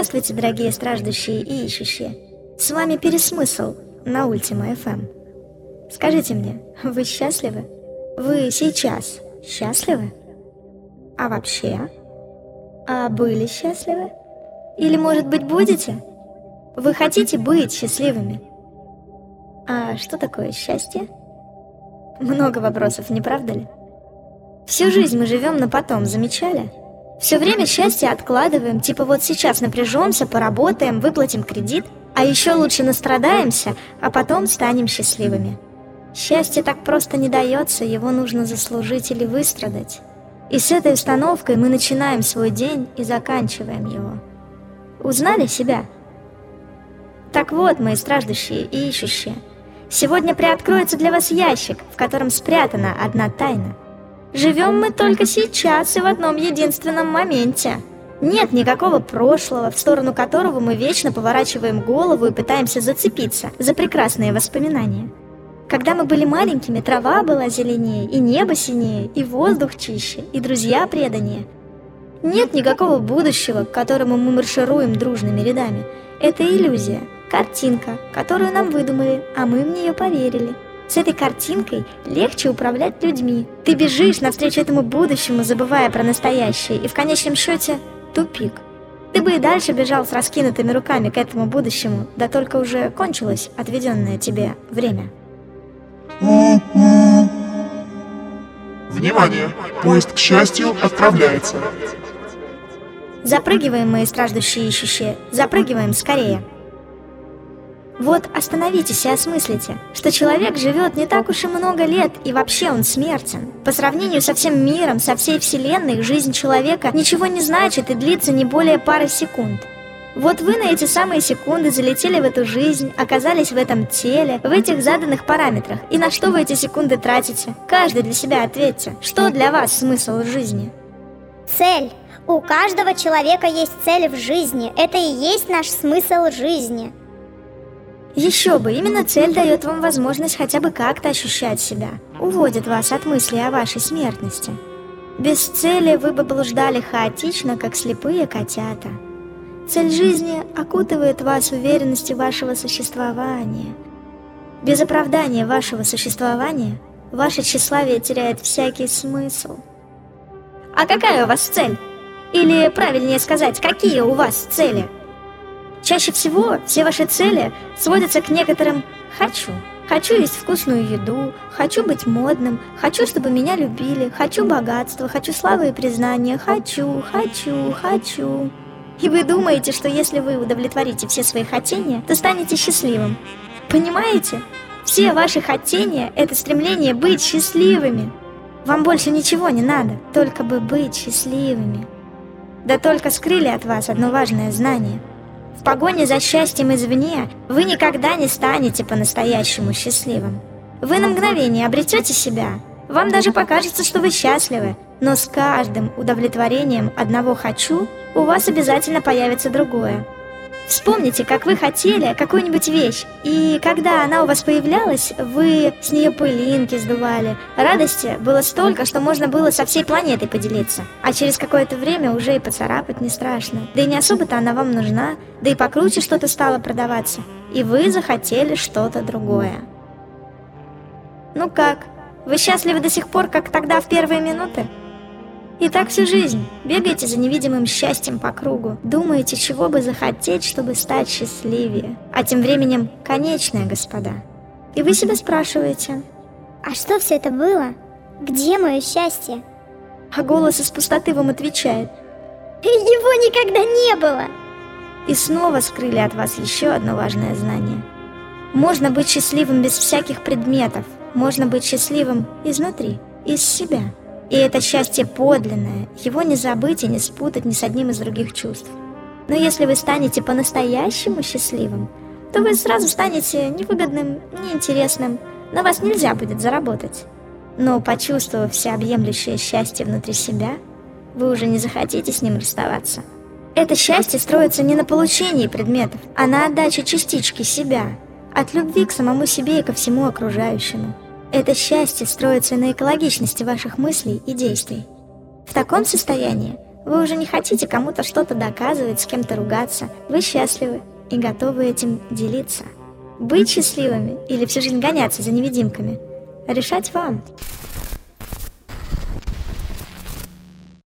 Здравствуйте, дорогие страждущие и ищущие. С вами Пересмысл на Ультима FM. Скажите мне, вы счастливы? Вы сейчас счастливы? А вообще? А были счастливы? Или, может быть, будете? Вы хотите быть счастливыми? А что такое счастье? Много вопросов, не правда ли? Всю жизнь мы живем на потом, замечали? Все время счастье откладываем, типа вот сейчас напряжемся, поработаем, выплатим кредит, а еще лучше настрадаемся, а потом станем счастливыми. Счастье так просто не дается, его нужно заслужить или выстрадать. И с этой установкой мы начинаем свой день и заканчиваем его. Узнали себя? Так вот, мои страждущие и ищущие, сегодня приоткроется для вас ящик, в котором спрятана одна тайна. Живем мы только сейчас и в одном единственном моменте. Нет никакого прошлого, в сторону которого мы вечно поворачиваем голову и пытаемся зацепиться за прекрасные воспоминания. Когда мы были маленькими, трава была зеленее, и небо синее, и воздух чище, и друзья преданнее. Нет никакого будущего, к которому мы маршируем дружными рядами. Это иллюзия, картинка, которую нам выдумали, а мы в нее поверили. С этой картинкой легче управлять людьми. Ты бежишь навстречу этому будущему, забывая про настоящее, и в конечном счете тупик. Ты бы и дальше бежал с раскинутыми руками к этому будущему, да только уже кончилось отведенное тебе время. Внимание! Поезд к счастью отправляется. Запрыгиваем, мои страждущие ищущие, запрыгиваем скорее. Вот остановитесь и осмыслите, что человек живет не так уж и много лет, и вообще он смертен. По сравнению со всем миром, со всей вселенной, жизнь человека ничего не значит и длится не более пары секунд. Вот вы на эти самые секунды залетели в эту жизнь, оказались в этом теле, в этих заданных параметрах. И на что вы эти секунды тратите? Каждый для себя ответьте, что для вас смысл жизни? Цель. У каждого человека есть цель в жизни. Это и есть наш смысл жизни. Еще бы, именно цель дает вам возможность хотя бы как-то ощущать себя, уводит вас от мысли о вашей смертности. Без цели вы бы блуждали хаотично, как слепые котята. Цель жизни окутывает вас уверенностью вашего существования. Без оправдания вашего существования ваше тщеславие теряет всякий смысл. А какая у вас цель? Или, правильнее сказать, какие у вас цели? Чаще всего все ваши цели сводятся к некоторым «хочу». Хочу есть вкусную еду, хочу быть модным, хочу, чтобы меня любили, хочу богатства, хочу славы и признания, хочу. И вы думаете, что если вы удовлетворите все свои хотения, то станете счастливым. Понимаете? Все ваши хотения – это стремление быть счастливыми. Вам больше ничего не надо, только бы быть счастливыми. Да только скрыли от вас одно важное знание – в погоне за счастьем извне вы никогда не станете по-настоящему счастливым. Вы на мгновение обретете себя, вам даже покажется, что вы счастливы, но с каждым удовлетворением одного «хочу» у вас обязательно появится другое. Вспомните, как вы хотели какую-нибудь вещь, и когда она у вас появлялась, вы с нее пылинки сдували. Радости было столько, что можно было со всей планетой поделиться. А через какое-то время уже и поцарапать не страшно. Да и не особо-то она вам нужна, да и покруче что-то стало продаваться. И вы захотели что-то другое. Ну как, вы счастливы до сих пор, как тогда в первые минуты? И так всю жизнь. Бегаете за невидимым счастьем по кругу. Думаете, чего бы захотеть, чтобы стать счастливее. А тем временем конечное, господа. И вы себя спрашиваете: а что все это было? Где мое счастье? А голос из пустоты вам отвечает: его никогда не было. И снова скрыли от вас еще одно важное знание. Можно быть счастливым без всяких предметов. Можно быть счастливым изнутри, из себя. И это счастье подлинное, его не забыть и не спутать ни с одним из других чувств. Но если вы станете по-настоящему счастливым, то вы сразу станете невыгодным, неинтересным, на вас нельзя будет заработать. Но почувствовав всеобъемлющее счастье внутри себя, вы уже не захотите с ним расставаться. Это счастье строится не на получении предметов, а на отдаче частички себя, от любви к самому себе и ко всему окружающему. Это счастье строится на экологичности ваших мыслей и действий. В таком состоянии Вы уже не хотите кому-то что-то доказывать, с кем-то ругаться. Вы счастливы и готовы этим делиться. Быть счастливыми или всю жизнь гоняться за невидимками? Решать вам.